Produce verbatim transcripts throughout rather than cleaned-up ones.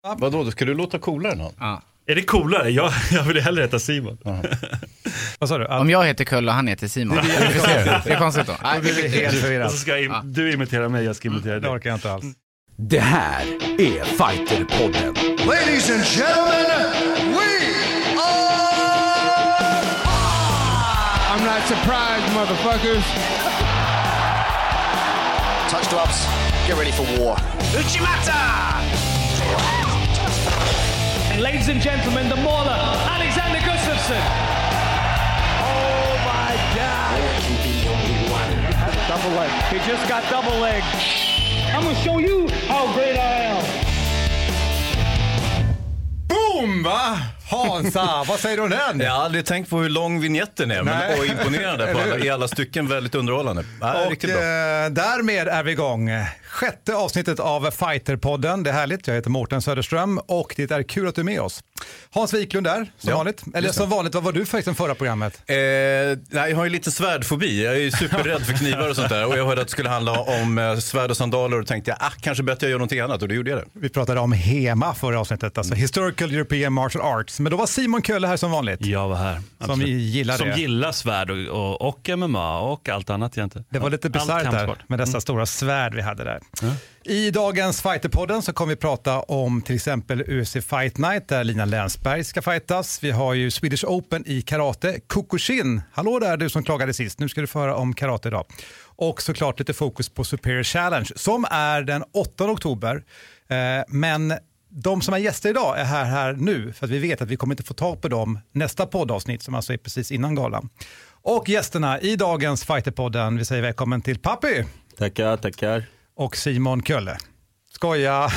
Vadå, ska du låta coolare än han? Ja. Är det coolare? Jag, jag vill hellre heta Simon. Vad sa du? Om jag heter Kull och han heter Simon. Det är, det är konstigt då. Nej, vi är helt förvirrat. Och så ska jag im- ja. Du imitera mig, jag ska imitera dig. Det orkar jag inte alls. Det här är Fighterpodden. Ladies and gentlemen, we are... I'm not surprised, motherfuckers. Touch gloves, get ready for war. Uchimata! And ladies and gentlemen, the mauler, Alexander Gustafsson. Oh my God! Double leg. He just got double leg. I'm gonna show you how great I am. Boom, va? Hansa, vad säger du om den? Jag har aldrig tänkt på hur lång vignetten är, men och imponerande på alla, i alla stycken, väldigt underhållande. Ja, och riktigt bra. eh, därmed är vi igång. Sjätte avsnittet av Fighterpodden. Det är härligt, jag heter Mårten Söderström och det är kul att du är med oss. Hans Wiklund där, som Ja, vanligt. Eller som vanligt, vad var du för i förra programmet? Eh, nej, jag har ju lite svärdfobi. Jag är ju superrädd för knivar och sånt där. Och jag hörde att det skulle handla om eh, svärd och sandaler och tänkte jag, ah, kanske bättre jag gör någonting annat, och det gjorde jag det. Vi pratade om HEMA förra avsnittet, alltså Historical European Martial Arts. Men då var Simon Kölle här som vanligt. Jag var här. Som vi gillar Som det. gillar svärd och, och, och M M A och allt annat egentligen. Det var lite Allt bisarrt där kampsport. med dessa Mm. stora svärd vi hade där. Mm. I dagens Fighterpodden så kommer vi prata om till exempel U F C Fight Night där Lina Länsberg ska fightas. Vi har ju Swedish Open i karate. Kukushin, hallå där du som klagade sist. Nu ska du få höra om karate idag. Och såklart lite fokus på Superior Challenge som är den åttonde oktober. Eh, men de som är gäster idag är här, här nu för att vi vet att vi kommer inte få tag på dem nästa poddavsnitt som alltså är precis innan galan. Och gästerna i dagens Fighterpodden, vi säger välkommen till Papi. Tackar, tackar. Och Simon Kölle. Skoja.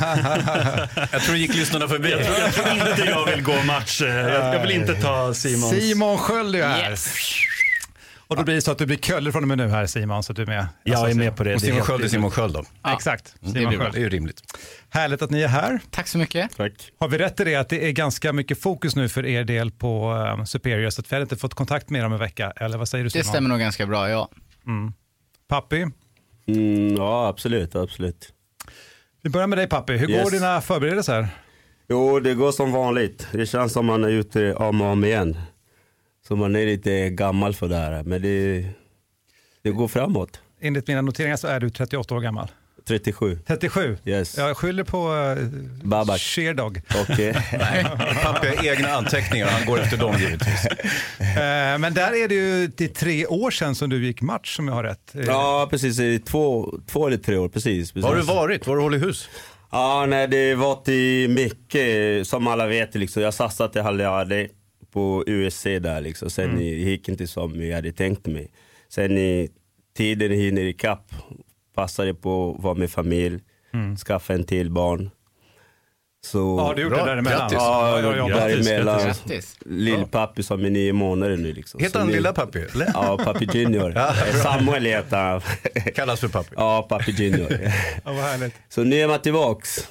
Jag tror det gick lyssnarna förbi. Jag tror, jag tror inte jag vill gå match. Jag, jag vill inte ta Simons. Simon Sköld är här. Yes. Och då blir det så att du blir Kölle från och med nu här, Simon, så att du är med. Jag Alltså, är med på det. Och Det är Simon helt Sköld är Simon Sköld då. Ja. Exakt. Det, Simon blir bra. Sköld. Det är ju rimligt. Härligt att ni är här. Tack så mycket. Tack. Har vi rätt i det att det är ganska mycket fokus nu för er del på um, Superior, så att vi har inte fått kontakt med dem en vecka, eller vad säger du, Det Simon? stämmer nog ganska bra, ja. Mm. Pappi, Mm, ja, absolut, absolut. vi börjar med dig Pappi. Hur Yes. går dina förberedelser? Jo, det går som vanligt. Det känns som man är ute om och om igen. Så man är lite gammal för det här. Men det, det går framåt. Enligt mina noteringar så är du trettioåtta år gammal. trettiosju. trettiosju? Yes. Jag skyller på uh, Babak. Sherdog. Och, eh, Nej, pappa har egna anteckningar och han går efter dem givetvis. Eh, men där är det ju det är tre år sedan som du gick match, som jag har rätt. Eh, ja, precis. I Två, två eller tre år, precis. precis. Var har du varit? Var har du hållit hus? Ja, nej, det var till mycket, som alla vet. Liksom. Jag satsade halvjärde på U S C där. Liksom. Sen Mm. det gick inte som jag hade tänkt mig. Sen i tiden hinner i kapp. Passade på att vara med familj. Mm. Skaffa en till barn. Så, Ja, du gjorde Bra, det däremellan. grattis. ja, Ja, ja, ja. däremellan. Grattis. Lillpappi som är nio månader nu. Liksom. Heter Så han nu- lilla pappi? eller? Ja, pappi Junior. Samuel heter han. Kallas för pappi. Ja, pappi Junior. Ja, vad härligt. Så nu är man tillbaks.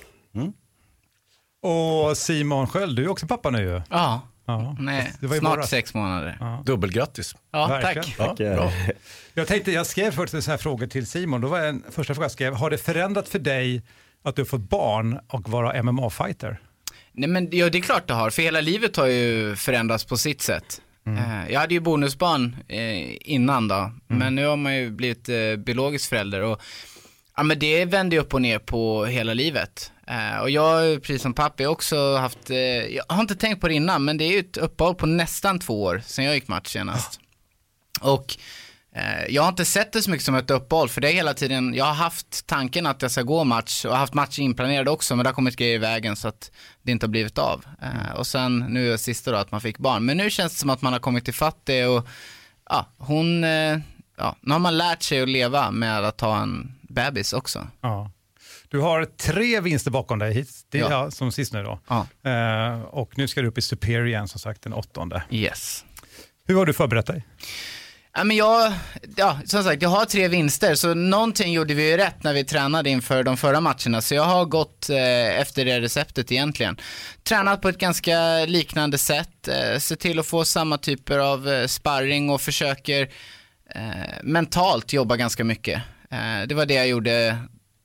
Och Simon Sköld, du är också pappa nu ju. Ja, Ja. nej, Det var ju snart våras. sex månader. Ja. Dubbelgrattis. Ja, Verkligen. tack. Ja, Tackar. bra. Jag tänkte, jag skrev först en sån här fråga till Simon. Då var en första fråga jag skrev, har det förändrat för dig att du har fått barn och vara M M A-fighter? Nej, men ja, det är klart det har, för hela livet har ju förändrats på sitt sätt. Eh, jag hade ju bonusbarn eh, innan då, men nu har man ju blivit eh, biologisk förälder och ja, men det vänder ju upp och ner på hela livet. Eh, och jag har precis som pappa också haft, eh, jag har inte tänkt på det innan, men det är ju ett uppehåll på nästan två år sedan jag gick match senast. Och eh, jag har inte sett det så mycket som ett uppehåll, för det är hela tiden, jag har haft tanken att jag ska gå match och haft match inplanerad också, men det har kommit grejer i vägen så att det inte har blivit av. Eh, och sen nu är sista då att man fick barn, men nu känns det som att man har kommit till fatt det och ja, hon, eh, ja, nu har man lärt sig att leva med att ha en bebis också. Ja. Du har tre vinster bakom dig hit, det är Ja. ja, som sist nu då. Ja. Eh, och nu ska du upp i Superior igen, som sagt, den åttonde. Yes. Hur har du förberett dig? Ja, men jag, ja, som sagt, jag har tre vinster, så någonting gjorde vi ju rätt när vi tränade inför de förra matcherna, så jag har gått eh, efter det receptet egentligen. Tränat på ett ganska liknande sätt, eh, se till att få samma typer av eh, sparring och försöker eh, mentalt jobba ganska mycket. Eh, det var det jag gjorde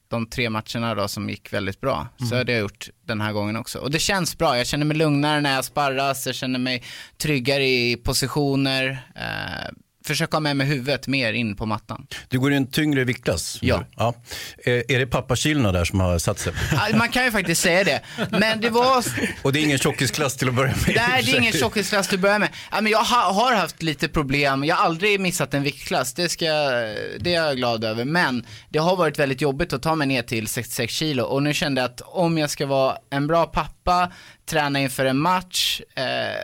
de tre matcherna då som gick väldigt bra. Mm. Så hade jag gjort den här gången också. Och det känns bra, jag känner mig lugnare när jag sparras, jag känner mig tryggare i positioner. Eh, försöka ha med mig huvudet mer in på mattan. Du går i en tyngre viktklass. Ja. ja. Är det pappakilorna där som har satt sig? Man kan ju faktiskt säga det. Men det var... Och det är ingen tjockisklass till att börja med? Nej, det är ingen tjockisklass till att börja med. Jag har haft lite problem. Jag har aldrig missat en viktklass. Det, ska, det är jag glad över. Men det har varit väldigt jobbigt att ta mig ner till sextiosex kilo. Och nu kände jag att om jag ska vara en bra pappa, träna inför en match... Eh,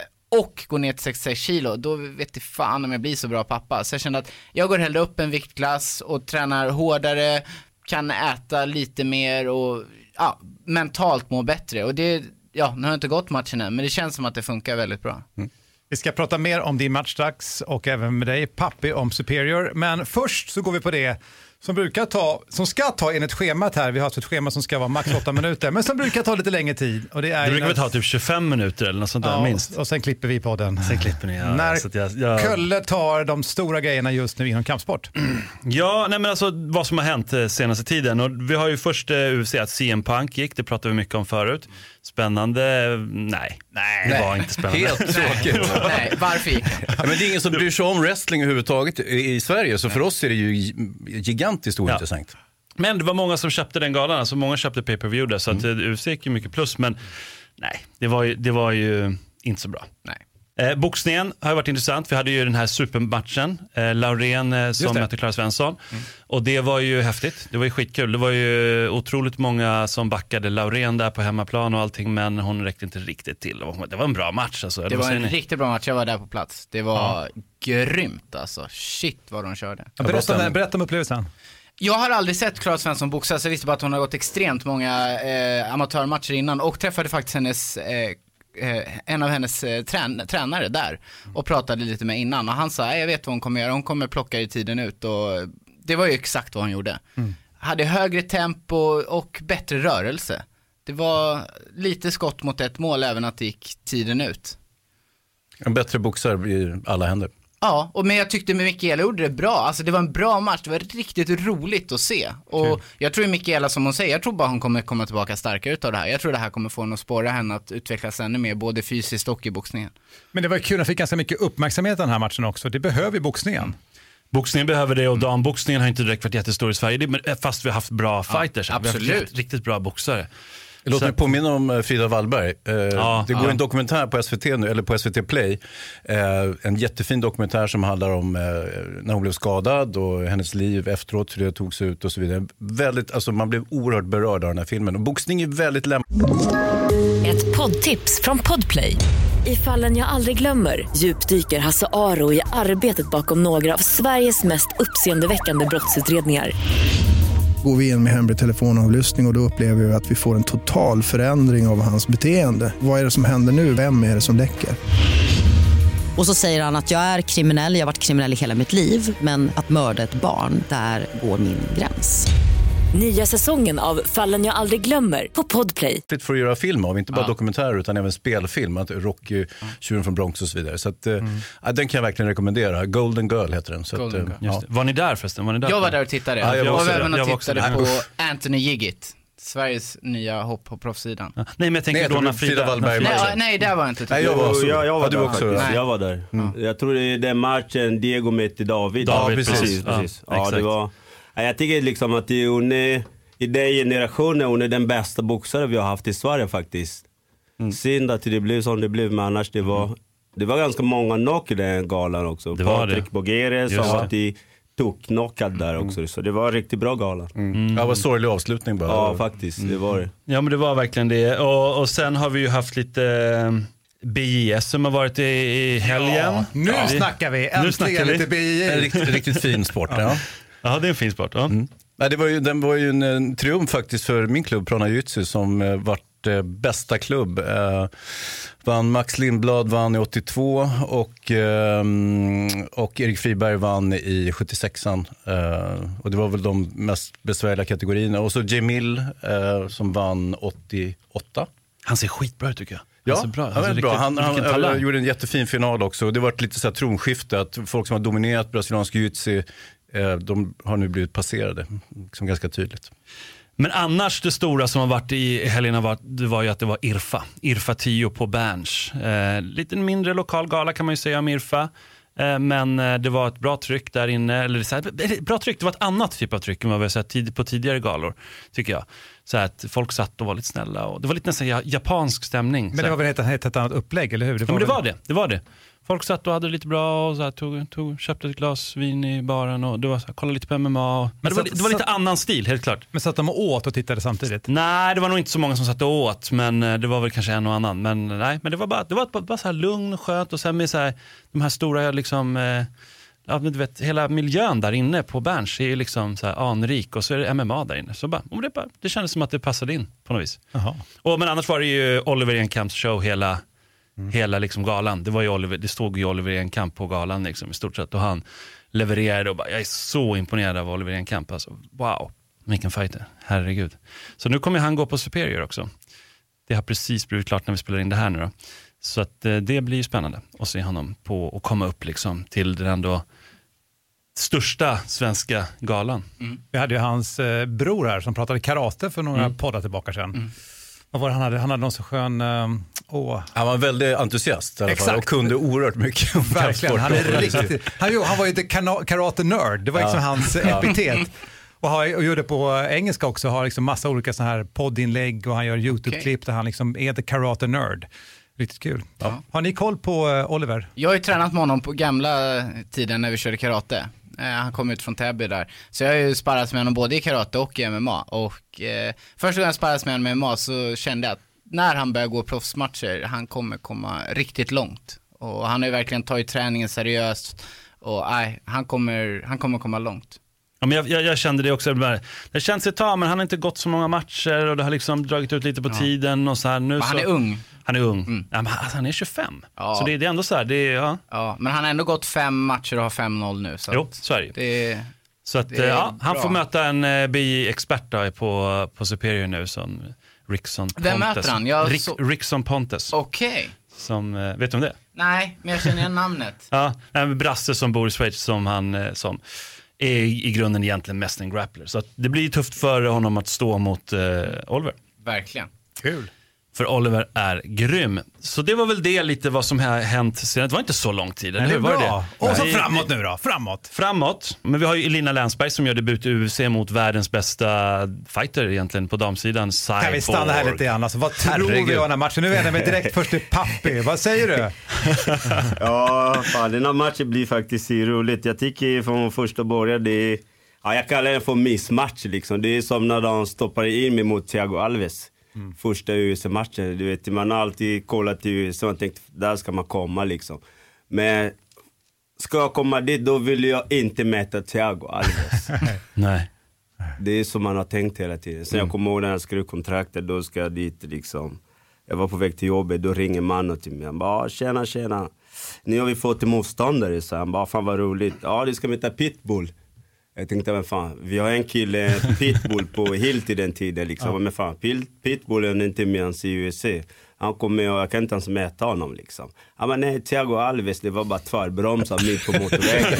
och gå ner till sextiosex kilo, då vet jag fan om jag blir så bra pappa. Så jag kände att jag går hellre upp en viktklass och tränar hårdare, kan äta lite mer och ja, mentalt må bättre. Och det, ja, nu har jag inte gått matchen än, men det känns som att det funkar väldigt bra. Mm. Vi ska prata mer om din matchdags och även med dig, Pappi, om Superior. Men först så går vi på det som brukar ta, som ska ta enligt schemat här. Vi har alltså ett schema som ska vara max åtta minuter, men som brukar ta lite längre tid. Och det är det brukar väl ta typ tjugofem minuter eller något sånt där, ja, minst. Och sen klipper vi på den. Sen klipper ni, ja. När så att jag, jag... Kölle tar de stora grejerna just nu inom kampsport. Ja, nej men alltså vad som har hänt eh, senaste tiden. Och vi har ju först eh, U F C att C M Punk gick, det pratade vi mycket om förut. Spännande? Nej. Nej, det var inte spännande. Helt tråkigt. Nej, varför gick ja, men det är ingen som bryr sig om wrestling överhuvudtaget i Sverige, så för oss är det ju gigantiskt ointressant. Ja. Men det var många som köpte den galan, alltså många köpte pay-per-view där, så att mm. U F C gick ju mycket plus, men nej, det var ju, det var ju inte så bra. Nej. Eh, boxningen har ju varit intressant. Vi hade ju den här supermatchen, eh, Laurén eh, som mötte Clara Svensson. Mm. Och det var ju häftigt, det var ju skitkul. Det var ju otroligt många som backade Laurén där på hemmaplan och allting, men hon räckte inte riktigt till. Det var en bra match alltså. Det var en riktigt bra match, jag var där på plats. Det var ja. grymt alltså, shit vad de körde. Ja, berätta, berätta om upplevelsen. Jag har aldrig sett Clara Svensson boxa, så jag visste bara att hon har gått extremt många eh, amatörmatcher innan och träffade faktiskt hennes... Eh, en av hennes eh, trän- tränare där och pratade lite med innan och han sa, jag vet vad hon kommer göra, hon kommer plocka i tiden ut, och det var ju exakt vad hon gjorde. Mm. Hade högre tempo och bättre rörelse. Det var lite skott mot ett mål även att det gick tiden ut. En bättre boxare i alla händer. Ja, och men jag tyckte Mikaela gjorde det bra. Alltså det var en bra match, det var riktigt roligt att se. Och okay. jag tror Mikaela, som hon säger, jag tror bara hon kommer komma tillbaka starkare utav det här. Jag tror det här kommer få henne att spåra henne att utvecklas ännu mer, både fysiskt och i boxningen. Men det var kul, att fick ganska mycket uppmärksamhet den här matchen också. Det behöver boxningen. Mm. Boxningen behöver det, och damboxningen har inte direkt varit jättestor i Sverige, fast vi har haft bra fighters. Ja, absolut. Vi har haft riktigt bra boxare. Låt mig påminna om Frida Wallberg. Eh, ja, det går ja. en dokumentär på S V T nu, eller på S V T Play. Eh, en jättefin dokumentär som handlar om eh, när hon blev skadad och hennes liv efteråt, hur det togs ut och så vidare. Väldigt, alltså man blev oerhört berörd av den här filmen. Och boxning är väldigt lämpligt. Ett poddtips från Podplay. I Fallen jag aldrig glömmer djupdyker Hasse Aro i arbetet bakom några av Sveriges mest uppseendeväckande brottsutredningar. Går vi in med hemlig telefonavlyssning och, och då upplever vi att vi får en total förändring av hans beteende. Vad är det som händer nu? Vem är det som läcker? Och så säger han att jag är kriminell, jag har varit kriminell i hela mitt liv, men att mörda ett barn, där går min gräns. Nya säsongen av Fallen jag aldrig glömmer på Podplay. För att göra film av, inte bara ja. dokumentärer utan även spelfilm, att Rocky, mm. Tjuren från Bronx och så vidare. Så att, mm. ja, den kan jag verkligen rekommendera. Golden Girl heter den. Så Golden att, ja. Var ni där förresten? Var ni där? Jag var där och tittade. Ja, jag jag var även och tittade där. på Anthony Giggit, Sveriges nya hopp på proffssidan. Ja. Nej, men jag tänker då när Frida Wallberg. Nej, nej, där var jag inte. Nej, jag var så. Jag, jag var, ja, där, också, ja. jag var där. Mm. Jag tror det är den matchen Diego mötte David. David, ja, precis. Ja, precis. Ja, det var, ja, jag tycker liksom att det är i den generationen hon är den bästa boxare vi har haft i Sverige faktiskt. Mm. Synd att det blev som det blev, men annars det var, det var ganska många knock i den galan också. Det Patrik Bogere som var till toknockad där också. Mm. Så det var en riktigt bra gala. Mm. Mm. Ja, det var sorglig avslutning bara. Ja, faktiskt. Mm. Det var det. Ja, men det var verkligen det. Och, och sen har vi ju haft lite B J S som har varit i, i helgen. Ja, nu ja. snackar vi. Äntligen snackar vi. Lite B J S. En riktigt, riktigt fin sport. Ja. Ja, det är en fin sport. Ja. Mm. Nej, det var ju, den var ju en, en triumf faktiskt för min klubb Prana Jiu-Jitsu som eh, vart eh, bästa klubb. Eh, vann Max Lindblad vann i åttiotvå och, eh, och Erik Friberg vann i sjuttiosexan. Eh, och det var väl de mest besvärliga kategorierna. Och så Jamil eh, som vann åttioåtta. Han ser skitbra ut tycker jag. Ja, han, bra. Han, alltså, bra. han, han, han gjorde en jättefin final också. Det var lite så här tronskifte att folk som har dominerat brasiliansk jiu-jitsu, de har nu blivit passerade, som ganska tydligt. Men annars det stora som har varit i helgen var, det var ju att det var Irfa. Irfa tio på Berns. Eh, lite mindre lokal gala kan man ju säga om Irfa. Eh, men eh, det var ett bra tryck där inne. Eller så här, bra tryck, det var ett annat typ av tryck än vad vi har sett tid, på tidigare galor, tycker jag. Så att folk satt och var lite snälla. Och det var lite nästan japansk stämning. Men det var väl ett, ett, ett annat upplägg, eller hur? Det var, ja, men det, var det, det var det. Folk satt och hade det lite bra och så här, tog, tog, köpte ett glas vin i baren och det var så här, kollade lite på M M A. Och, men, men det, var, satt, det var lite satt, annan stil, helt klart. Men satt de och åt och tittade samtidigt? Nej, det var nog inte så många som satt och åt, men det var väl kanske en och annan. Men nej, men det var bara, det var bara, bara så här lugn och skönt och sen med så här, de här stora liksom... Eh, ja, men du vet, hela miljön där inne på Berns är liksom så här anrik och så är det M M A där inne. Så bara, och det, bara, det kändes som att det passade in på något vis. Och, men annars var det ju Oliver Enkamps show hela... Mm. Hela liksom galan, det var ju Oliver, det stod ju Oliver Enkamp på galan liksom, i stort sett, och han levererade och bara, jag är så imponerad av Oliver Enkamp alltså. Wow, vilken fighter, herregud. Så nu kommer han gå på Superior också. Det har precis blivit klart när vi spelar in det här nu då. Så att eh, det blir ju spännande att se honom på och komma upp liksom till den då största svenska galan. Mm. Vi hade ju hans eh, bror här som pratade karate för några mm. poddar tillbaka sedan. Mm. Vad var det han hade? Han hade någon så skön... Um, åh. Han var väldigt entusiast i alla fall, och kunde oerhört mycket om verkligen, han är riktigt... Han, han var ju the karate-nörd, det var liksom ja. hans epitet. Och, har, och gjorde på engelska också, har liksom massa olika så här poddinlägg och han gör YouTube-klipp okay. där han liksom är the karate-nörd. Riktigt kul. Ja. Har ni koll på uh, Oliver? Jag har ju tränat med honom på gamla tiden när vi körde karate. Eh, han kom ut från Täby där. Så jag har ju sparrat med honom både i karate och i M M A. Och eh, första gången jag sparrat med honom i M M A så kände jag att när han börjar gå proffsmatcher, han kommer komma riktigt långt. Och han har ju verkligen tagit träningen seriöst. Och nej, han kommer, han kommer komma långt. Ja, men jag, jag, jag kände det också. Det känns ett tag, men han har inte gått så många matcher och det har liksom dragit ut lite på ja. tiden. Och så här, nu men han så, är ung. Han är ung. Mm. Ja, men alltså, han är tjugofem. Ja. Så det, det är ändå så här. Det är, ja. ja, men han har ändå gått fem matcher och har fem noll nu. Så jo, så är det. det så att, det ja, han får möta en uh, B I-expert då, på, på Superior nu som Rickson Pontes. Vem möter han? Jag Rick, så... Rickson Pontes. Okej. Okay. Som, uh, vet du om det? Nej, men jag känner igen namnet. Ja, en brasse som bor i Schweiz som han... Uh, som är i grunden egentligen mest en grappler. Så att det blir tufft för honom att stå mot uh, Oliver. Verkligen. Kul. För Oliver är grym. Så det var väl det lite vad som har hänt sen. Det var inte så lång tid. Nej, det är var bra. Det? Och så framåt nu då. Framåt. Framåt. Men vi har ju Elina Länsberg som gör debut i U F C mot världens bästa fighter egentligen på damsidan. Cyborg. Kan vi stanna här lite grann? Alltså, vad tror Herregud. vi om den här matchen? Nu vänder jag mig direkt först till Pappi. Vad säger du? Ja, fan, den här matchen blir faktiskt roligt. Jag tycker från första början det är... Ja, jag kallar det för missmatch liksom. Det är som när de stoppar in mig mot Thiago Alves. Mm. Första U F C-matchen, du vet, man har alltid kollat till U F C och tänkt, där ska man komma liksom. Men ska jag komma dit, då vill jag inte mäta Thiago Alves. Nej. Det är som man har tänkt hela tiden. Sen mm. jag kommer ihåg när jag skrev kontraktet, då ska jag dit liksom. Jag var på väg till jobbet, då ringer mannen till mig. Han bara, tjena, tjena. Nu har vi fått en motståndare, så han bara, fan vad roligt. Ja, det ska mäta Pitbull. Jag tänkte, men fan, vi har en kille Pitbull på helt i den tiden liksom. Ja. Men fan, Pitbull är inte med hans i U F C. Han kommer och jag kan inte ens mäta honom liksom. Ja, men nej, Thiago Alves, det var bara tvärbromsar mitt på motorvägen.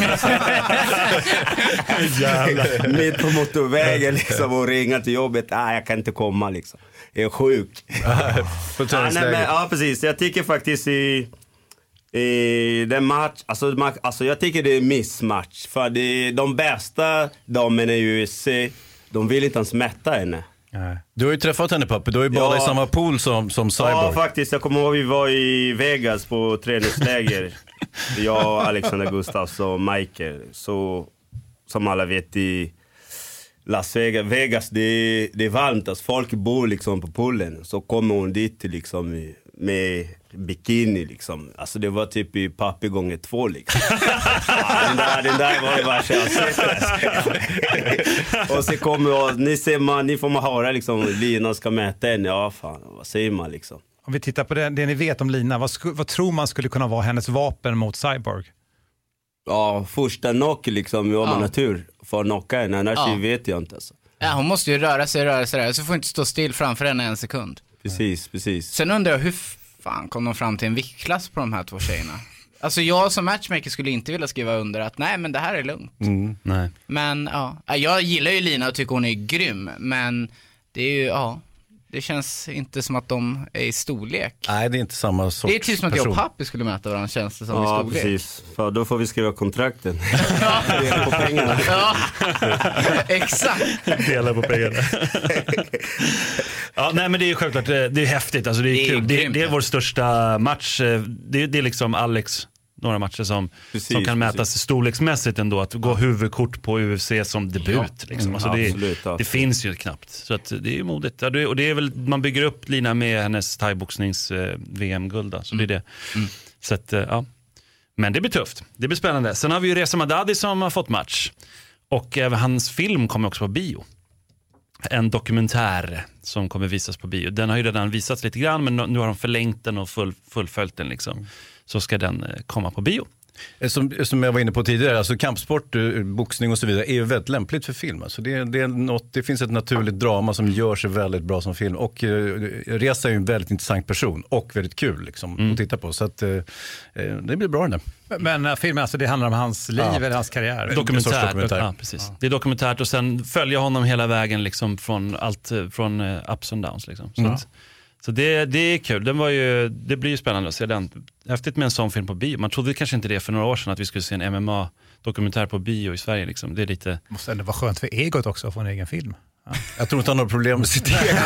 mitt på motorvägen liksom och ringa till jobbet. Ah, jag kan inte komma liksom. Jag är sjuk. ah, nej, men, ja, precis. Jag tycker faktiskt i... I den match, alltså, alltså jag tycker det är missmatch. För det, de bästa damerna i U F C, de vill inte ens mäta henne. Nej. Du har ju träffat henne, pappa. Du har ju badat ja. i samma pool som, som Cyborg. Ja, faktiskt. Jag kommer ihåg vi var i Vegas på träningsläger. Jag, Alexander Gustafs och Michael. Så, som alla vet i Las Vegas, Vegas det, är, det är varmt. Alltså, folk bor liksom på poolen. Så kommer hon dit liksom med bikini liksom. Alltså det var typ i pappi gånger två liksom. ja, den, där, den där var det värsta jag sett. Och så kommer jag, ni ser man, ni får man höra liksom, Lina ska mäta en. Ja fan, vad säger man liksom? Om vi tittar på det, det ni vet om Lina, vad, sku, vad tror man skulle kunna vara hennes vapen mot Cyborg? Ja, första knock liksom, ja, man natur för att knocka henne, annars ja. vet jag inte alltså. Ja, hon måste ju röra sig, röra sig där, så får inte stå still framför henne en sekund. Precis, precis. Sen undrar jag hur fan kom de fram till en viktklass på de här två tjejerna? Alltså jag som matchmaker skulle inte vilja skriva under att nej men det här är lugnt. Mm. Nej. Men ja, jag gillar ju Lina och tycker hon är grym, men det är ju, ja, det känns inte som att de är i storlek. Nej, det är inte samma sorts person. Det är typ som att jag och Pappi skulle möta varandra, känns det som, ja, i storlek. Ja, precis. För då får vi skriva kontrakten. Dela på pengarna. Ja, exakt. Dela på pengarna. Ja, nej men det är ju självklart, det är häftigt. Alltså det är, det är kul. Det, det är vår största match. Det, det är liksom Alex, några matcher som, precis, som kan mätas precis. storleksmässigt ändå. Att gå huvudkort på U F C som debut. Ja. Liksom. Alltså det, absolut, absolut. Det finns ju knappt. Så att det är ju modigt. Ja, det, och det är väl, man bygger upp Lina med hennes thaiboxnings-V M-guld. Så mm. det är det. Mm. Så att, ja. Men det blir tufft. Det blir spännande. Sen har vi ju Reza Madadi som har fått match. Och även hans film kommer också på bio. En dokumentär som kommer visas på bio. Den har ju redan visats lite grann, men nu har de förlängt den och full, fullföljt den liksom. Så ska den komma på bio. Som, som jag var inne på tidigare, alltså kampsport, boxning och så vidare är ju väldigt lämpligt för film. Alltså det, det, är något, det finns ett naturligt drama som gör sig väldigt bra som film. Och uh, Reza är ju en väldigt intressant person och väldigt kul liksom, mm. att titta på. Så att, uh, det blir bra det. Men uh, filmen, alltså det handlar om hans liv ja. eller hans karriär? Dokumentär. dokumentär. Ja, precis. Ja. Det är dokumentärt och sen följa honom hela vägen liksom, från allt från uh, ups and downs. Liksom. Så, mm. att, så det, det är kul. Den var ju, det blir ju spännande att se den. Häftigt med en sån film på bio. Man trodde kanske inte det för några år sedan att vi skulle se en M M A-dokumentär på bio i Sverige. Liksom. Det är lite... måste ändå vara skönt för egot också att få en egen film. Ja. Jag tror inte han har problem med sitt eget.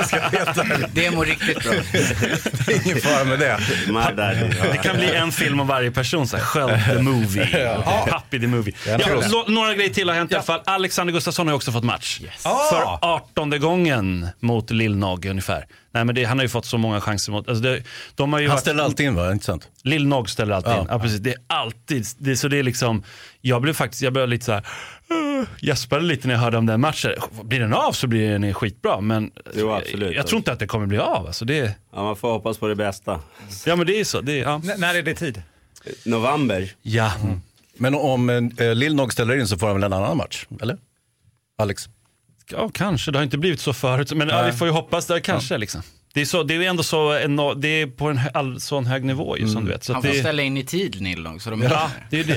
Det mår riktigt bra. Det är ingen fara med det. Det kan bli en film om varje person. Så här, Själv the movie. Ja. Happy the movie. Ja, ja, några grejer till har hänt i alla fall. Alexander Gustafsson har också fått match. Yes. För artonde gången mot Lil Nog ungefär. Nej, men det, han har ju fått så många chanser mot... Alltså det, de har ju han varit, ställer alltid in, va? Inte sant? Lil Nog ställer alltid ja. in. Ja, precis. Det är alltid... Det, så det är liksom... Jag blev faktiskt... Jag blev lite så här... Uh, gäspade lite när jag hörde om den matchen. Blir den av så blir den skitbra. Men jo, absolut, jag, jag tror inte att det kommer bli av. Alltså det... Ja, man får hoppas på det bästa. Ja, men det är så. Det är, ja. N- när är det tid? November. Ja. Mm. Men om eh, Lil Nog ställer in så får han väl en annan match? Eller? Alex? Ja, kanske. Det har inte blivit så förut. Men ja, vi får ju hoppas där kanske ja. liksom. Det är, så, det är ju ändå så en, det är på en all, sån hög nivå ju, mm. som du vet. Så han får det, ställa in i tid, Lil Nog. Så de ja, det är ju det.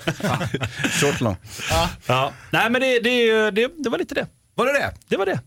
Short long. Ja. Ja. Nej, men det, det, det, det var lite det. Var det det? Det var det.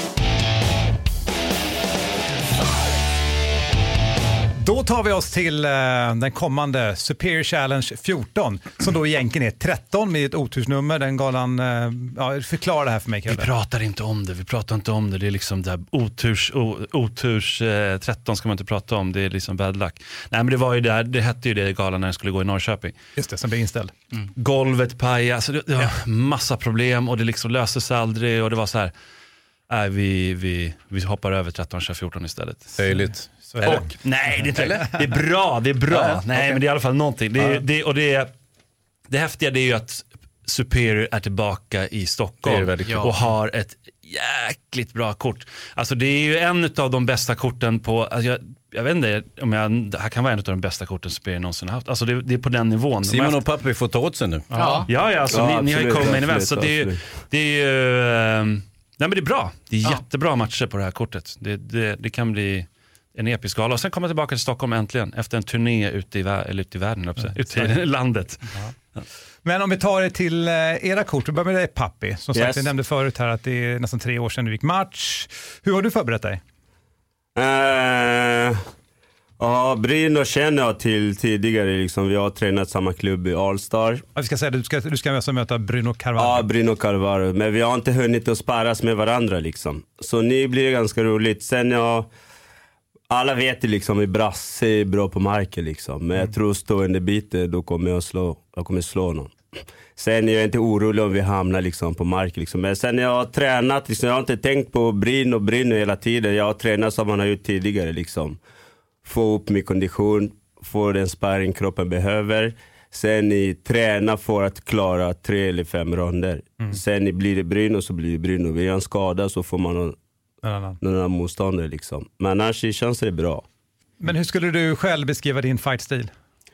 Då tar vi oss till uh, den kommande Superior Challenge fjorton som då egentligen är tretton med ett otursnummer. Den galan, uh, ja, förklara det här för mig. Vi pratar inte om det, vi pratar inte om det. Det är liksom där oturs, o, oturs uh, tretton ska man inte prata om. Det är liksom bad luck. Nej, men det var ju där, det hette ju det i galan när den skulle gå i Norrköping. Just det, som blev inställd. Mm. Golvet paja, alltså det, det var ja. massa problem och det liksom löste sig aldrig och det var så här, nej, vi, vi, vi hoppar över tretton fjorton istället. Höjligt. Och, nej, det är, inte, det är bra, det är bra. Ja, nej, okay. Men det är i alla fall någonting. Det, är, ja. det, och det, är, det häftiga det är ju att Superior är tillbaka i Stockholm är och har ett jäkligt bra kort. Alltså det är ju en av de bästa korten på, alltså jag, jag vet inte om jag, det här kan vara en av de bästa korten Superior någonsin har haft. Alltså det, det är på den nivån. Simon de och Pappi får ta åt sig nu. Ja, ja, ja alltså ja, ni, ni har ju kommit in i så det är, det är ju, äh, nej men det är bra. Det är ja. jättebra matcher på det här kortet. Det, det, det kan bli en episk gala och sen komma tillbaka till Stockholm äntligen efter en turné ute i, eller ute i världen, mm. ute i landet. Ja. Ja. Men om vi tar det till era kort, vi börjar med dig Pappi. Som sagt, yes. jag nämnde förut här att det är nästan tre år sedan du gick match. Hur har du förberett dig? Uh, ja, Bruno känner jag till tidigare. Liksom. Vi har tränat samma klubb i Allstar. Ja, vi ska säga du ska, du ska alltså möta Bruno Carvalho. Ja, Bruno Carvalho. Men vi har inte hunnit att sparras med varandra. Liksom. Så nu blir det ganska roligt. Sen jag... Alla vet ju liksom att Brasse är bra på marken liksom. Men jag tror stående biten då kommer jag slå, jag kommer slå någon. Sen är jag inte orolig om vi hamnar liksom på marken liksom. Men sen jag har tränat liksom, jag har inte tänkt på Brinn och Brinn hela tiden. Jag har tränat som man har gjort tidigare liksom. Få upp min kondition, få den sparring kroppen behöver. Sen i träna för att klara tre eller fem ronder. Mm. Sen blir det Brinn och så blir det Brinn. Och vid en skada så får man någon någon annan motståndare liksom. Men annars känns det bra. Men hur skulle du själv beskriva din fightstil?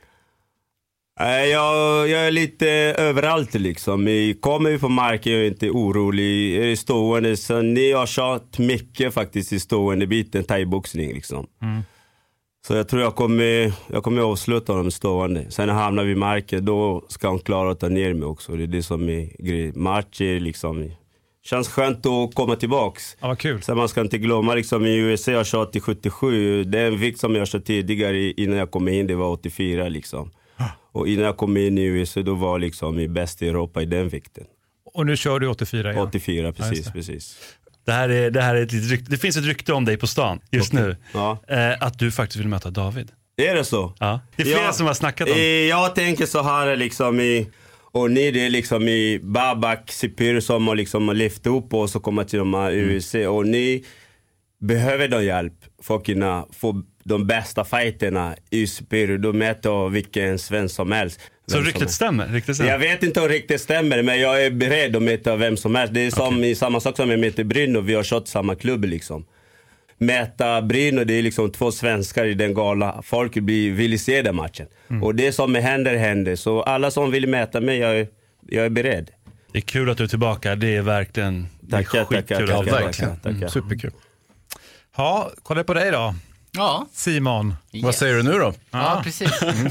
Jag, jag är lite överallt liksom. Kommer vi på marken jag är inte orolig. Är det stående så ni har kört mycket faktiskt i stående biten thaiboxning liksom. Mm. Så jag tror jag kommer, jag kommer avsluta honom stående. Sen när han hamnar vid marken, då ska han klara att ta ner mig också. Det är det som är grej. Matcher liksom. Känns skönt att komma tillbaks. Ja, vad kul. Sen man ska inte glömma liksom, i U S A jag kört till sjuttiosju. Det är en vikt som jag kört tidigare innan jag kom in, det var åttiofyra liksom. Och innan jag kom in i U S A då var liksom i bäst i Europa i den vikten. Och nu kör du åttiofyra igen? åttiofyra, precis, ja, precis. Det, här är, det, här är ett litet rykte. Det finns ett rykte om dig på stan just okay. nu. Ja. Eh, att du faktiskt vill möta David. Är det så? Ja. Det är flera ja, som har snackat om det. Jag tänker så här liksom i... Och ni det är liksom i Babak, Sipir som har liksom lyft upp oss och komma till de här U F C. Mm. Och ni behöver då hjälp för att kunna få de bästa fighterna i Sipir. Då mäter vilken svensk som helst. Så riktigt stämmer? Riktigt stämmer? Jag vet inte om riktigt stämmer, men jag är beredd att mäta vem som helst. Det är som okay. i samma sak som jag mäter Brynno. Vi har kört samma klubb liksom. Mäta Brynno, det är liksom två svenskar i den gala. Folk blir, vill se den matchen. Mm. Och det som händer, händer. Så alla som vill mäta mig, jag är, jag är beredd. Det är kul att du är tillbaka. Det är verkligen tackar, skitkul. Tackar, tackar, ja, verkligen. Tackar. Mm. Superkul. Ja, kolla på dig då. Ja. Simon. Yes. Vad säger du nu då? Ja, ja precis. Mm.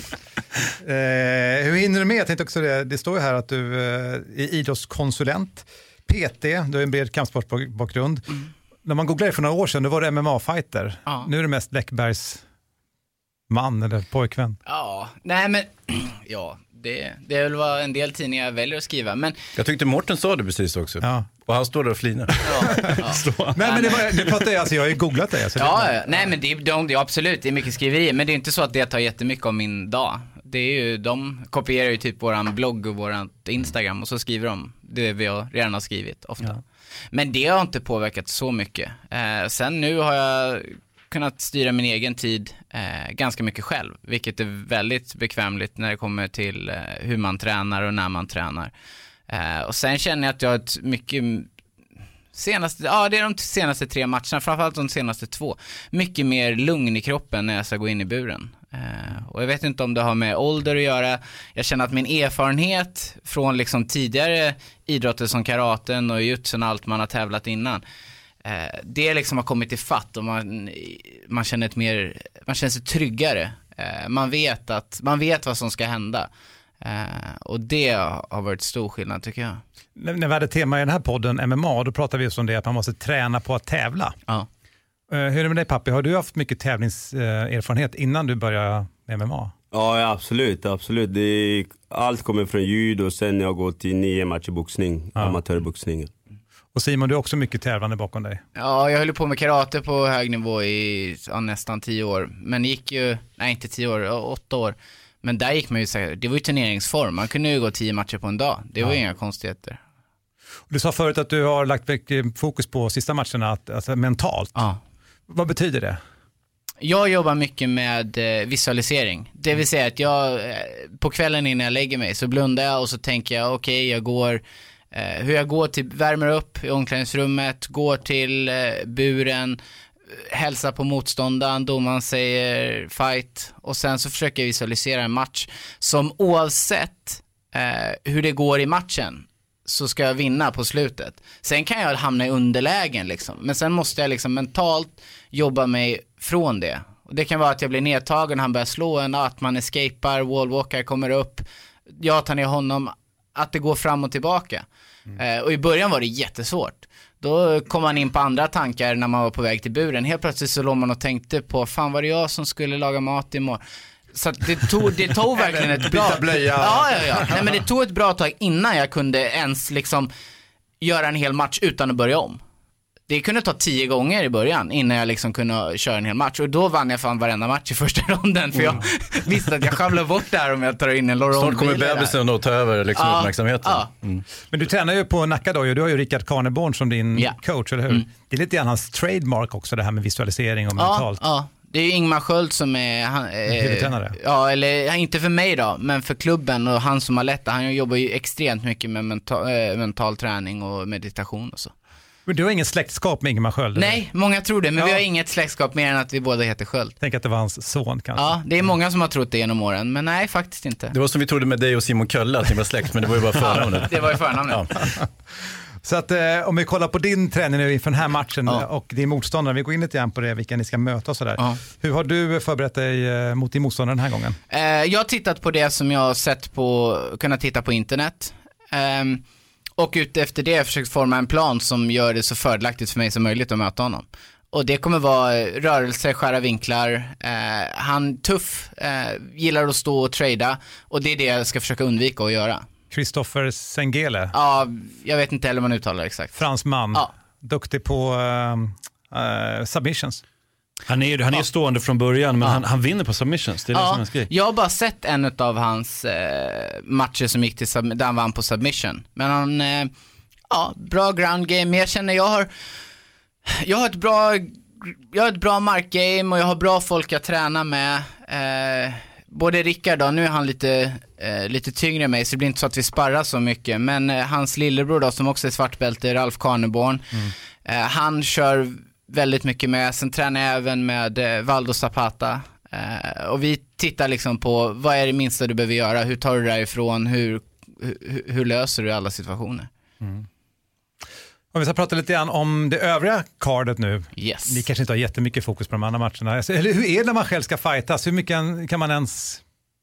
eh, hur hinner du med? Jag tänkte också det. Det står ju här att du eh, är idrottskonsulent, P T, du har en bred kampsportbakgrund. Mm. När man googlade för några år sedan, då var det M M A-fighter. Ja. Nu är det mest Läckbergs man eller pojkvän. Ja, nej men ja, det, det är väl vad en del tidningar väljer att skriva. Men... Jag tyckte Mårten sa det precis också. Ja. Och han står där och flinar. Ja, ja. nej, men det var, det pratar jag, alltså jag har ju googlat det. Alltså ja, det ja, nej men det, de, det, absolut, det är mycket skriverier. Men det är inte så att det tar jättemycket om min dag. Det är ju, de kopierar ju typ våran blogg och våran Instagram och så skriver de det vi har, redan har skrivit ofta. Ja. Men det har inte påverkat så mycket. Eh, sen nu har jag kunnat styra min egen tid eh, ganska mycket själv. Vilket är väldigt bekvämligt när det kommer till eh, hur man tränar och när man tränar. Eh, och sen känner jag att jag har ett mycket... Senaste, ja, det är de senaste tre matcherna, framförallt de senaste två. Mycket mer lugn i kroppen när jag ska gå in i buren. Uh, och jag vet inte om det har med ålder att göra. Jag känner att min erfarenhet från liksom tidigare idrotter som karaten och jutsun och allt man har tävlat innan, uh, det liksom har kommit i fatt och man, man känner ett mer, man känner sig tryggare. Uh, man vet att man vet vad som ska hända. Uh, och det har varit stor skillnad tycker jag. När, när vi hade tema i den här podden M M A, då pratade vi just om det att man måste träna på att tävla. Ja. Uh, hur är det med dig pappi? Har du haft mycket tävlingserfarenhet uh, innan du började med M M A? Ja, absolut, absolut. Det är, allt kommer från judo och sen jag går till nio matcher boxning, ja. amatörboxningen. Och Simon, du har också mycket tävlande bakom dig. Ja, jag höll på med karate på hög nivå i ja, nästan tio år. Men gick ju, nej inte tio år, åtta år. Men där gick man ju så här, det var ju turneringsform. Man kunde ju gå tio matcher på en dag. Det var ju ja. inga konstigheter. Du sa förut att du har lagt fokus på sista matcherna, att, alltså mentalt. Ja. Vad betyder det? Jag jobbar mycket med eh, visualisering. Det vill säga att jag, eh, på kvällen innan jag lägger mig så blundar jag och så tänker jag, okej, okay, jag går, eh, hur jag går till, värmer upp i omklädningsrummet, går till eh, buren, hälsar på motståndaren, domaren säger fight och sen så försöker jag visualisera en match som oavsett eh, hur det går i matchen så ska jag vinna på slutet. Sen kan jag hamna i underlägen liksom. Men sen måste jag liksom mentalt jobba mig från det. Och det kan vara att jag blir nedtagen, han börjar slå en, att man escapar, wallwalkar kommer upp, jag tar ner honom, att det går fram och tillbaka. Mm. Eh, och i början var det jättesvårt. Då kom man in på andra tankar när man var på väg till buren. Helt plötsligt så låg man och tänkte på, fan var det jag som skulle laga mat imorgon? Så att det tog, det tog verkligen ett bra... blöja. Ja, ja, ja. Nej, men det tog ett bra tag innan jag kunde ens liksom göra en hel match utan att börja om. Det kunde ta tio gånger i början innan jag liksom kunde köra en hel match. Och då vann jag fan varenda match i första ronden. För jag mm. visste att jag schabblar bort där om jag tar in en Laurent. Snart kommer bebisen att ta över liksom ja, uppmärksamheten. Ja. Mm. Men du tränar ju på Nacka då. Du har ju Rickard Karneborn som din ja. coach, eller hur? Mm. Det är lite grann hans trademark också, det här med visualisering och ja, mentalt. Ja, det är ju Ingmar Sköld som är... Han, huvudtränare. Ja, eller inte för mig då, men för klubben och han som har lett det. Han jobbar ju extremt mycket med mental, äh, mental träning och meditation och så. Men du har ingen släktskap med Ingemar Sköld? Nej, eller? många tror det, men ja. vi har inget släktskap mer än att vi båda heter Sköld. Tänk att det var hans son kanske. Ja, det är många som har trott det genom åren, men nej, faktiskt inte. Det var som vi trodde med dig och Simon Kölle, att ni var släkt, men det var ju bara förnamnet. Det var ju förnamnet. Ja. Så att eh, om vi kollar på din träning nu inför den här matchen ja. och din motståndare, vi går in lite grann på det, vilka ni ska möta och sådär. Ja. Hur har du förberett dig eh, mot din motståndare den här gången? Eh, jag har tittat på det som jag har sett på, kunnat titta på internet. Eh, och utefter det har jag försökt forma en plan som gör det så fördelaktigt för mig som möjligt att möta honom. Och det kommer vara rörelser, skära vinklar. Eh, han tuff, eh, gillar att stå och trada. Och det är det jag ska försöka undvika att göra. Christopher Sengele. Ja, jag vet inte heller vad man uttalar exakt. Fransman. Ja. Duktig på uh, uh, submissions. Han är, han är ja. stående från början, men ja. han, han vinner på submissions. Det är ja. det som är skrik. Jag har bara sett en av hans eh, matcher som gick till sub- där han vann på submission. Men han, eh, ja, bra ground game. Men jag känner jag har jag har ett bra jag har ett bra markgame och jag har bra folk jag tränar med. Eh, både Rickard då, nu är han lite eh, lite tyngre än mig, så det blir inte så att vi sparrar så mycket. Men eh, hans lillebror då, som också är svartbälte, Ralf Karneborn, mm. eh, han kör väldigt mycket med. Sen tränar jag även med eh, Valdo Zapata. Eh, och vi tittar liksom på vad är det minsta du behöver göra, hur tar du det därifrån, hur, hur, hur löser du alla situationer. Mm. Om vi ska prata lite grann om det övriga cardet nu. Yes. Ni kanske inte har jättemycket fokus på de andra matcherna. Eller hur är det när man själv ska fightas? Hur mycket kan man ens,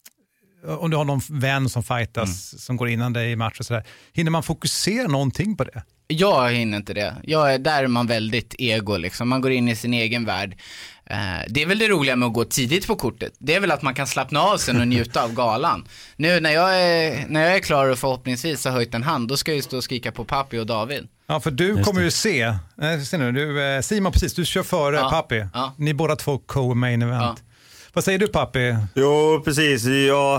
om du har någon vän som fightas mm. som går innan dig i match och sådär, hinner man fokusera någonting på det? Jag hinner inte det. Jag är, där är man väldigt ego liksom. Man går in i sin egen värld. Eh, det är väl det roliga med att gå tidigt på kortet. Det är väl att man kan slappna av sig och njuta av galan. Nu när jag är, när jag är klar och förhoppningsvis har höjt en hand, då ska jag ju stå och skrika på Papi och David. Ja, för du kommer ju se, äh, se nu, du, Simon precis, du kör före ja. Papi. Ja. Ni båda två co-main event. Ja. Vad säger du, Papi? Jo, precis. Jag,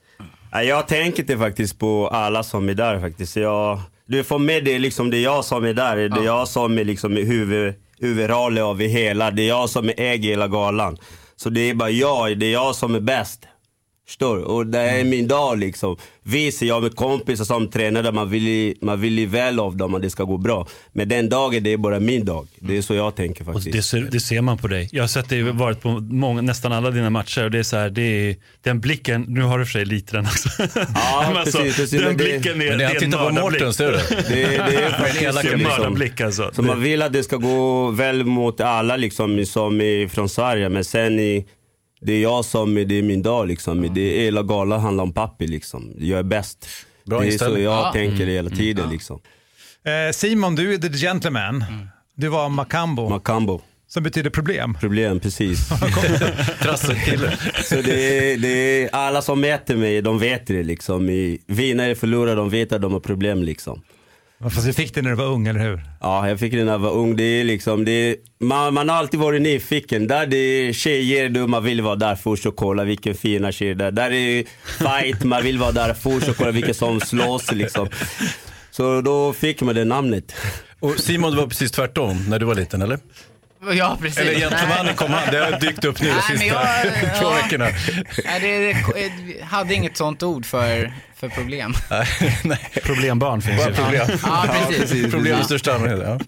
jag tänker inte faktiskt på alla som är där faktiskt. Jag, du får med det liksom, det är jag som är där. Det är ja. jag som är liksom huvud, huvudroll av hela. Det är jag som äger hela galan. Så det är bara jag, det är jag som är bäst. Förstår? Och det är min dag liksom. Visar jag med kompisar som tränar där man vill, man vill väl av dem och det ska gå bra. Men den dagen, det är bara min dag. Det är så jag tänker faktiskt. Och det, ser, det ser man på dig. Jag har sett dig varit på många, nästan alla dina matcher och det är så här, det är den blicken, nu har du för sig lite den också. Ja, alltså, precis, precis. Den det, blicken är, men det är en på Mårten, ser du? Det, det är faktiskt en liksom, mördarblick alltså. Så man vill att det ska gå väl mot alla liksom, som är från Sverige. Men sen i det är jag som, det är min dag liksom. Mm. Det är hela galan handlar om Papi liksom. Jag är bäst. Bra det är så jag ja. tänker mm. hela tiden mm. liksom. Eh, Simon, du är the gentleman. Mm. Du var Macambo. Macambo. Som betyder problem. Problem, precis. Trasselkille. Så det är, det är alla som mäter mig, de vet det liksom. I vinnare, förlorare, de vet att de har problem liksom. Fast du fick det när du var ung, eller hur? Ja, jag fick det när jag var ung. Det är liksom, det är, man, man har alltid varit nyfiken. Där det är tjejer, då man vill vara där först och kolla vilken fina tjej där. Där är fight, man vill vara där först och kolla vilka som slåss liksom. Så då fick man det namnet. Och Simon, det var precis tvärtom när du var liten, eller? Ja, precis. Eller gentlemannen kom han, det har dykt upp nu de sista jag, två ja. veckorna. Nej, det, det hade inget sånt ord för, för problem. Nej. Problembarn finns ju. Problem. Ja, precis. Ja, precis. Problem i största allmänhet, ja.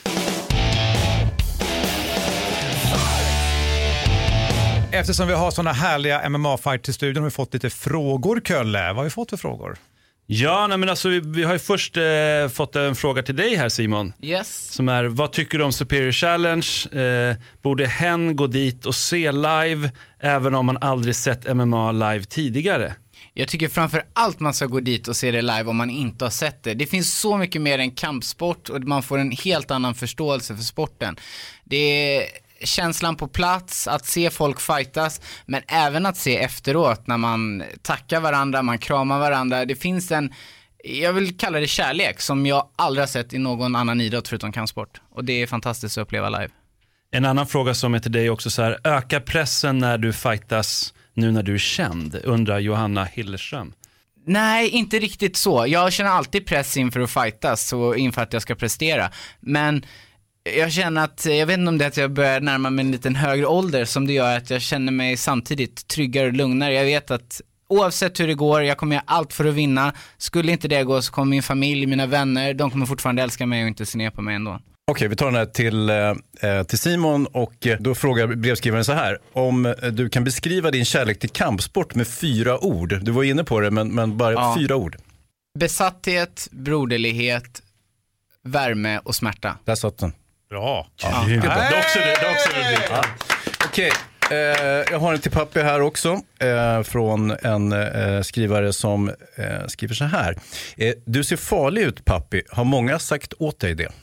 Eftersom vi har såna härliga M M A-fight i studion har vi fått lite frågor, Kölle. Vad har vi fått för frågor? Ja, nej, men alltså, vi, vi har ju först eh, fått en fråga till dig här, Simon. Yes. Som är, vad tycker du om Superior Challenge? Eh, borde hen gå dit och se live även om man aldrig sett M M A live tidigare? Jag tycker framför allt man ska gå dit och se det live om man inte har sett det. Det finns så mycket mer än kampsport och man får en helt annan förståelse för sporten. Det är känslan på plats, att se folk fightas, men även att se efteråt när man tackar varandra, man kramar varandra. Det finns en, jag vill kalla det kärlek, som jag aldrig har sett i någon annan idrott förutom kampsport. Och det är fantastiskt att uppleva live. En annan fråga som är till dig också så här, öka pressen när du fightas nu när du är känd, undrar Johanna Hillerström. Nej, inte riktigt så. Jag känner alltid press inför att fightas och inför att jag ska prestera. Men jag känner att, jag vet inte om det är att jag börjar närma mig en liten högre ålder som det gör att jag känner mig samtidigt tryggare och lugnare. Jag vet att oavsett hur det går, jag kommer göra allt för att vinna. Skulle inte det gå så kommer min familj, mina vänner, de kommer fortfarande älska mig och inte se ner på mig ändå. Okej, vi tar den här till, eh, till Simon och då frågar brevskrivaren så här. Om du kan beskriva din kärlek till kampsport med fyra ord. Du var inne på det, men, men bara ja. fyra ord. Besatthet, broderlighet, värme och smärta. Där satt den. Bra. Ja. Det är också det. Det är också det. Ja. Okej. Eh, jag har en till pappi här också eh, från en eh, skrivare som eh, skriver så här. Eh, du ser farlig ut, pappi. Har många sagt åt dig det?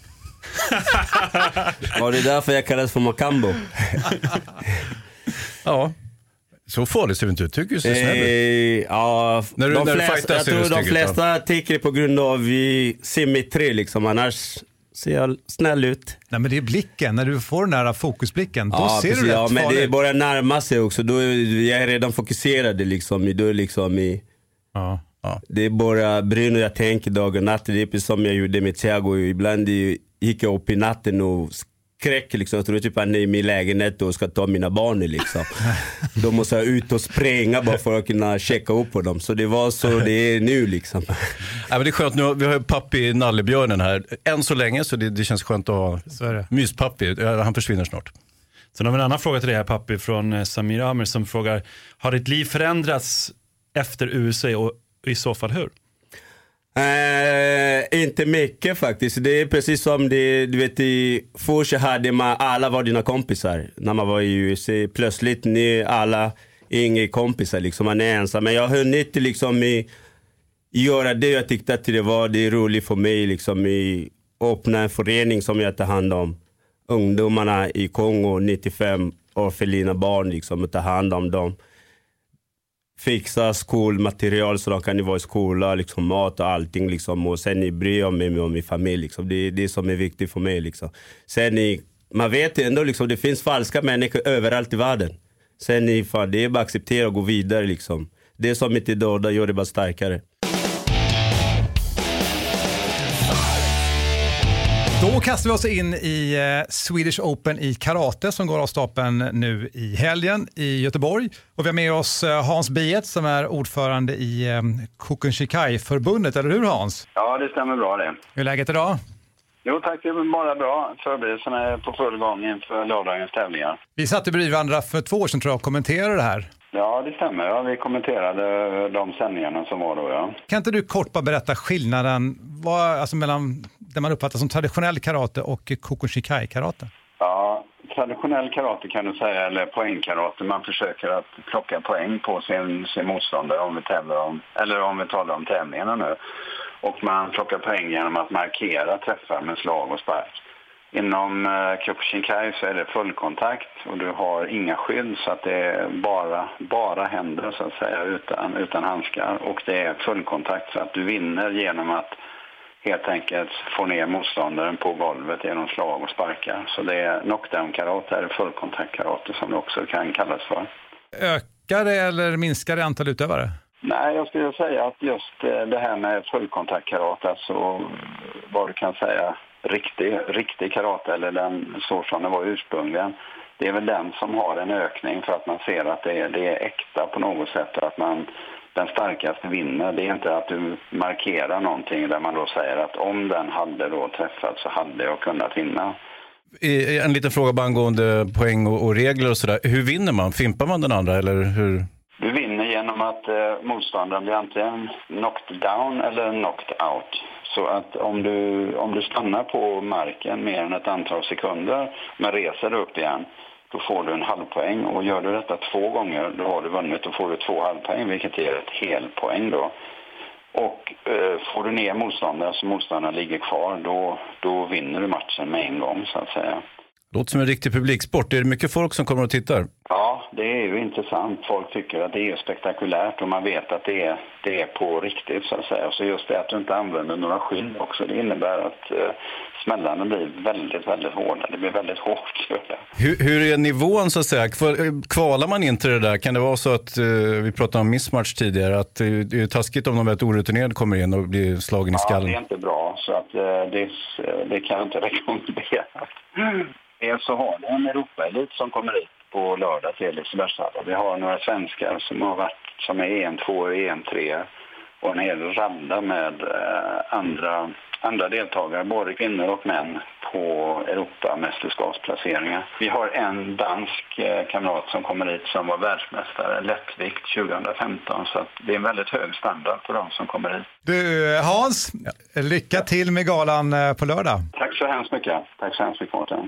Var det därför jag kallas för Macambo? Ja. Så farligt ser du inte ut. Tycker du ser snäll ut? Eh, ja, när du, de när flesta, du fightar jag ser du tror de stygg ut, flesta ja. tycker det på grund av vi symmetri liksom. Annars ser jag snäll ut. Nej, men det är blicken. När du får den här fokusblicken, då Ja, ser precis, du rätt ja, men farlig. det börjar närma sig också. Då är jag är redan fokuserad liksom. Då är liksom i... Ja. Ja. Det är bara bryn och jag tänker dag och natt. Det är precis som jag gjorde med Thiago. Ibland gick jag upp i natten och skräck liksom. Jag tror typ att han är i min lägenhet och ska ta mina barn liksom. Då måste jag ut och spränga bara för att kunna checka upp på dem. Så det var så det är nu liksom. Ja, men det är skönt, nu, vi har ju pappi Nallebjörnen här. Än så länge så det, det känns skönt att ha myspappi. Han försvinner snart. Sen har vi en annan fråga till dig här, pappi, från Samir Amer som frågar: har ditt liv förändrats efter U S A och i så fall hur? Eh, inte mycket faktiskt. Det är precis som det, du vet, i först hade man alla var dina kompisar när man var i U S A. Plötsligt ni alla inga kompisar liksom, man är ensam. Men jag har hunnit liksom i, göra det jag tyckte att det var det är roligt för mig liksom, i öppna en förening som jag tar hand om ungdomarna i Kongo, nittiofem orfelina barn liksom, och ta hand om dem. Fixa skolmaterial så de kan ju vara i skola, liksom mat och allting liksom, och sen ni bryr jag mig om min familj liksom. Det är det som är viktigt för mig liksom. Sen ni, man vet ändå liksom, det finns falska människor överallt i världen. Sen ni, fan, det är bara att acceptera och gå vidare liksom. Det som inte är döda gör det bara starkare. Då kastar vi oss in i eh, Swedish Open i karate som går av stapeln nu i helgen i Göteborg. Och vi har med oss eh, Hans Biet som är ordförande i eh, Kukenshikai-förbundet, eller hur Hans? Ja, det stämmer bra det. Hur är läget idag? Jo tack, det är bara bra. Förberedelserna är på full gång inför lördagens tävlingar. Vi satt i bredvid varandra för två år sedan tror jag och kommenterade det här. Ja, det stämmer. Ja, vi kommenterade de sändningarna som var då, ja. Kan inte du kort bara berätta skillnaden vad, alltså mellan det man uppfattar som traditionell karate och Kukenshikai-karate? Ja, traditionell karate kan du säga, eller poängkarate. Man försöker att plocka poäng på sin, sin motståndare om vi tävlar om, eller om vi talar om tävlingarna nu. Och man plockar poäng genom att markera träffar med slag och spark. Inom eh, Kyokushinkai så är det fullkontakt och du har inga skydd, så att det är bara, bara händer så att säga utan, utan handskar. Och det är fullkontakt så att du vinner genom att helt enkelt få ner motståndaren på golvet genom slag och sparkar. Så det är knockdown-karate, eller fullkontakt-karate som det också kan kallas för. Ökar det eller minskar det antal utövare? Nej, jag skulle säga att just det här med fullkontakt-karate, alltså vad du kan säga riktig, riktig karate, eller den så som det var ursprungligen, det är väl den som har en ökning för att man ser att det är, det är äkta på något sätt, att man, den starkaste vinner. Det är inte att du markerar någonting där man då säger att om den hade då träffat så hade jag kunnat vinna. En liten fråga bara angående poäng och, och regler och sådär. Hur vinner man? Fimpar man den andra eller hur? Du vinner genom att eh, motståndaren blir antingen knocked down eller knocked out. Så att om du, om du stannar på marken mer än ett antal sekunder men reser dig upp igen, då får du en halvpoäng. Och gör du detta två gånger, då har du vunnit. Då får du två halvpoäng, vilket ger ett helpoäng då. Och eh, får du ner motståndaren så motståndaren ligger kvar, då, då vinner du matchen med en gång så att säga. Låter som en riktig publiksport. Är det mycket folk som kommer och tittar? Ja, det är ju intressant. Folk tycker att det är spektakulärt och man vet att det är, det är på riktigt så att säga. Så just det att du inte använder några skydd också, det innebär att eh, smällarna blir väldigt, väldigt hårda. Det blir väldigt hårt. Hur, hur är nivån så att säga? Kvalar man inte det där? Kan det vara så att, eh, vi pratade om missmatch tidigare, att det är taskigt om de väldigt orutinerade kommer in och blir slagen i skallen? Ja, det är inte bra. Så att eh, det, det kan jag inte rekommendera. Så har vi en Europa-elit som kommer hit på lördag till Lisebergshallen. Vi har några svenskar som har varit som är E M två och E M tre och en hel radda med eh, andra, andra deltagare, både kvinnor och män, på Europamästerskapsplaceringar. Vi har en dansk kamrat som kommer hit som var världsmästare lättvikt tjugohundrafemton, så att det är en väldigt hög standard på de som kommer hit. Du Hans, lycka till med galan på lördag. Tack så hemskt mycket. Tack så hemskt mycket, Martin.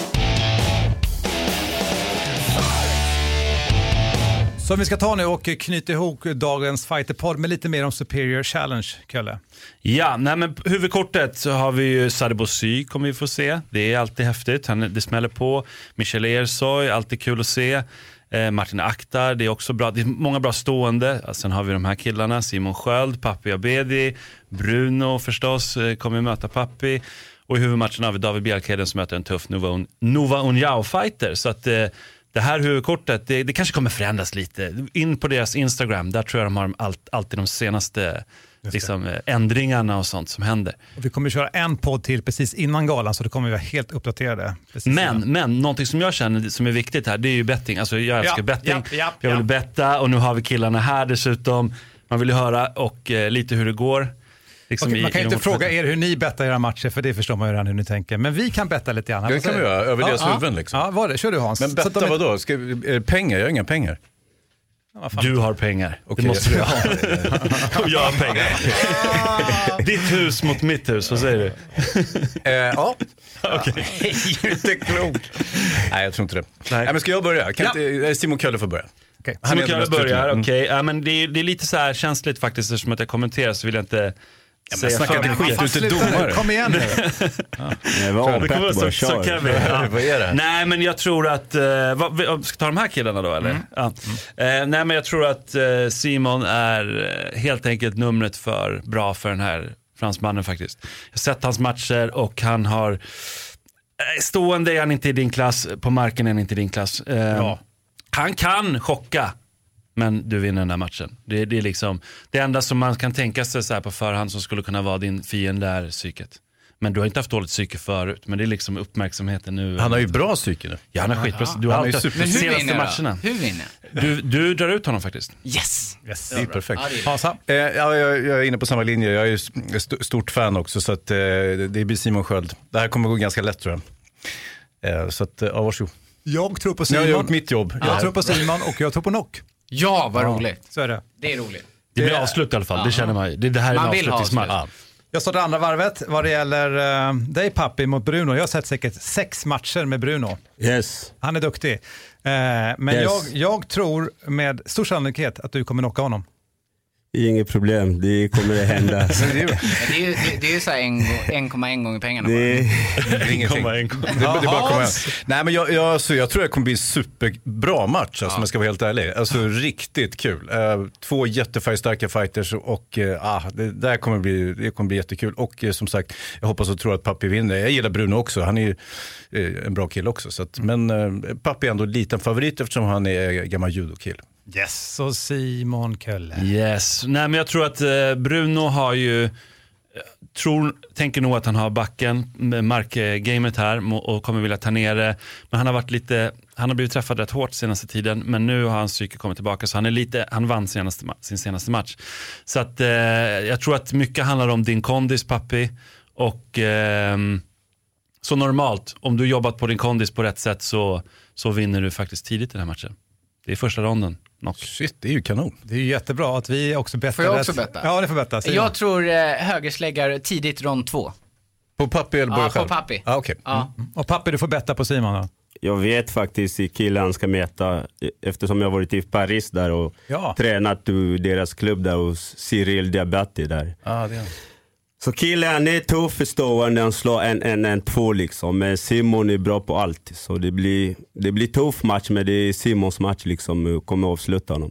Så vi ska ta nu och knyta ihop dagens fighterpodd med lite mer om Superior Challenge, Kölle. Ja, nej men huvudkortet så har vi ju Sadibou Sy kommer vi få se. Det är alltid häftigt, han, det smäller på. Michel Ersoy, alltid kul att se. Eh, Martin Akhtar, det är också bra. Det är många bra stående. Sen har vi de här killarna, Simon Sköld, Papi Abedi, Bruno förstås eh, kommer möta Papi. Och i huvudmatchen har vi David Bjelkheden som möter en tuff Nova, Nova Uniao-fighter. Så att eh, det här huvudkortet, det, det kanske kommer förändras lite. In på deras Instagram, där tror jag de har allt, alltid de senaste liksom, ändringarna och sånt som händer. Och vi kommer köra en podd till precis innan galan, så det kommer vi vara helt uppdaterade. Men, men någonting som jag känner som är viktigt här, det är ju betting. Alltså jag älskar ja, betting. Ja, ja, jag vill ja. betta och nu har vi killarna här dessutom. Man vill ju höra och eh, lite hur det går. Liksom Okej, i, man kan i inte de... fråga er hur ni bettar era matcher, för det förstår man ju redan hur ni tänker. Men vi kan betta lite grann. Det kan vi göra, över deras ja, huvuden liksom. Ja, vad är det? Kör du Hans. Men betta de... vad då? Ska, är det pengar? Jag har inga pengar. Ja, du har pengar. Okay. Det måste du ha. Och jag har pengar. Ditt hus mot mitt hus, vad säger du? eh, ja. Okej. Okay. Inte klok. Nej, jag tror inte det. Nej. Nej, men ska jag börja? Kan Ja. inte, Simon Kölle får börja. Okay. Simon Kölle börjar, okej. Okay. Ja, men det är, det är lite så här känsligt faktiskt, eftersom att jag kommenterar så vill jag inte... Ja, men snacka inte skit, du är inte domare. Kom igen nu. Ja. Det var det kommer så, så kan vi. Ja. Vad är det? Nej, men jag tror att... Uh, vad, vi, ska ta de här killarna då, eller? Mm. Ja. Mm. Uh, nej, men jag tror att uh, Simon är uh, helt enkelt numret för bra för den här fransmannen faktiskt. Jag har sett hans matcher och han har... Uh, stående är han inte i din klass, på marken är han inte i din klass. Uh, ja. Han kan chocka. Men du vinner den här matchen. Det, det är liksom det enda som man kan tänka sig så här på förhand som skulle kunna vara din fiende är psyket. Men du har inte haft dåligt psyke förut. Men det är liksom uppmärksamheten nu. Han har ju bra psyke nu. Ja, han har skitbra. Du har han alltid super... Men hur senaste vinner matcherna. Hur vinner du? Du drar ut honom faktiskt. Yes! Yes. Det är perfekt. Ja, eh, ja, jag, jag är inne på samma linje. Jag är ju st- stort fan också. Så att, eh, det blir Simon Sköld. Det här kommer gå ganska lätt tror jag. Eh, så att, ja, varsågod. Jag tror på Simon. Jag har gjort mitt jobb. Jag tror på Simon och jag tror på Nock. Ja, vad roligt. Så är det. Det är roligt. Det blir avslut i alla fall, det känner man ju. Det, det här är Man en vill ha avslutningsmatch. avslut. Ja. Jag startar andra varvet vad det gäller uh, dig Papi mot Bruno. Jag har sett säkert sex matcher med Bruno. Yes. Han är duktig. Uh, men Yes. jag, jag tror med stor sannolikhet att du kommer knocka honom. Inget problem, det kommer att hända. Men det är ju, det, är ju- det är ju så här en, en komma en gånger pengarna. Det, Det är ingenting. Det, det, det är bara att komma igen. Nej, men jag, jag, alltså, jag tror det kommer bli en superbra match, alltså, om jag ska vara helt ärlig. Alltså riktigt kul. Uh, två jättefärgstarka fighters och uh, ah, det där kommer bli, det kommer bli jättekul. Och uh, som sagt, jag hoppas och tror att Papi vinner. Jag gillar Bruno också, han är ju uh, en bra kille också. Så att, men uh, Papi är ändå en liten favorit eftersom han är gammal judokill. Yes, och Simon Kölle. Yes. Nej, men jag tror att eh, Bruno har ju eh, tror, tänker nog att han har backen med markgamet här mo- och kommer vilja ta ner det. Men han har varit lite, han har blivit träffad rätt hårt senaste tiden, men nu har hans psyke kommit tillbaka så han är lite, han vann senaste, sin senaste match. Så att eh, jag tror att mycket handlar om din kondis, Papi, och eh, så normalt, om du jobbat på din kondis på rätt sätt så, så vinner du faktiskt tidigt i den här matchen. Det är första ronden. Knock. Shit, det är ju kanon. Det är ju jättebra att vi också bettar. Får jag också rätt. betta? Ja, det får betta. Simon. Jag tror eh, högersläggar tidigt rond två. På Papi eller Ja, bara på själv? Papi. Ah, okay. Ja. Och Papi, du får betta på Simon då. jag vet faktiskt i killen han ska mäta eftersom jag varit i Paris där och ja. tränat i deras klubb där hos Cyril Diabati där. Ah, det är. Så killen han är tuff förstår när han slår en, en, en två liksom. Men Simon är bra på allt. Så det blir, det blir tuff match, men det är Simons match liksom. Kommer avsluta honom.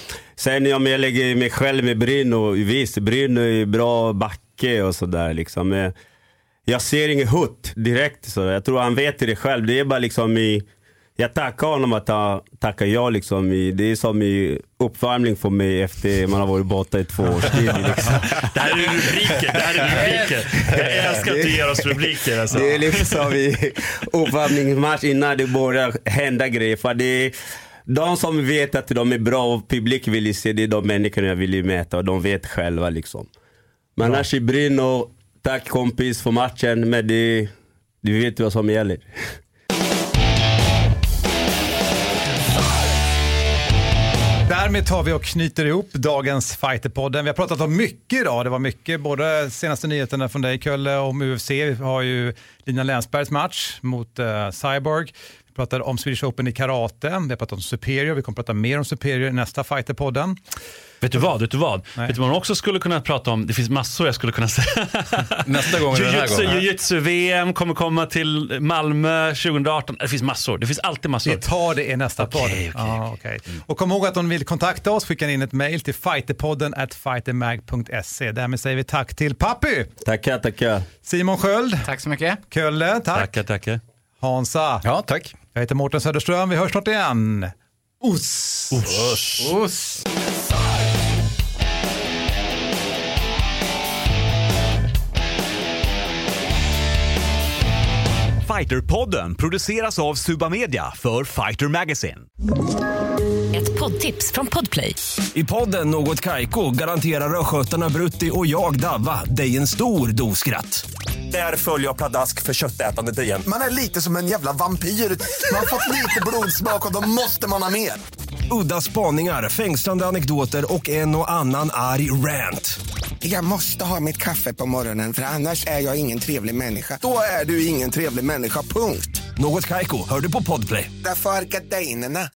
Sen om jag lägger mig själv med Bruno, visst Bruno är bra backe och sådär liksom. Men jag ser inget hot direkt så jag tror han vet det själv. Det är bara liksom i, jag tackar honom att han tackar jag liksom i, det är som i uppvärmning för mig efter man har varit borta i två års tid liksom. Det här är rubriker, det här är rubriker. Jag älskar att du ger oss rubriker alltså. Det är liksom i uppvärmningsmatch innan det börjar hända grejer. För det är de som vet att de är bra och publik vill se, det är de människorna jag vill mäta och de vet själva liksom. Men annars i Bruno, tack kompis för matchen, men det Du vet vad som gäller. Därmed tar vi och knyter ihop dagens Fighterpodden. Vi har pratat om mycket idag. Det var mycket, både senaste nyheterna från dig, Kölle, om U F C. Vi har ju Lina Länsbergs match mot uh, Cyborg. Vi pratade om Swedish Open i karate. Vi har pratat om Superior. Vi kommer prata mer om Superior i nästa Fighterpodden. Vet du vad? Vet du vad? Nej. Vet du vad man också skulle kunna prata om? Det finns massor jag skulle kunna säga. Nästa gång eller den här gången. Jiu-Jitsu-V M kommer komma till Malmö tjugo arton. Det finns massor. Det finns alltid massor. Vi tar det i nästa okay, podd. Okay. Ah, okay. Mm. Och kom ihåg att om ni vill kontakta oss, skicka in ett mejl till fighterpodden at fightermag punkt se. Därmed säger vi tack till Pappy. Tackar, tackar. Simon Sköld. Tack så mycket. Kölle, tack. Tackar, tackar. Hansa. Ja, tack. Jag heter Mårten Söderström. Vi hörs snart igen. Oss. Oss. Oss. Fighterpodden produceras av Suba Media för Fighter Magazine. Ett poddtips från Podplay. I podden Något Kaiko garanterar röskötarna Brutti och jag Davva dig en stor doskratt. Där följer jag pladask för köttätandet igen. Man är lite som en jävla vampyr. Man har fått lite blodsmak och då måste man ha mer. Udda spaningar, fängslande anekdoter och en och annan arg rant. Jag måste ha mitt kaffe på morgonen för annars är jag ingen trevlig människa. Då är du ingen trevlig människa, punkt. Något Kaiko, hör du på Podplay. Därför är gardinerna.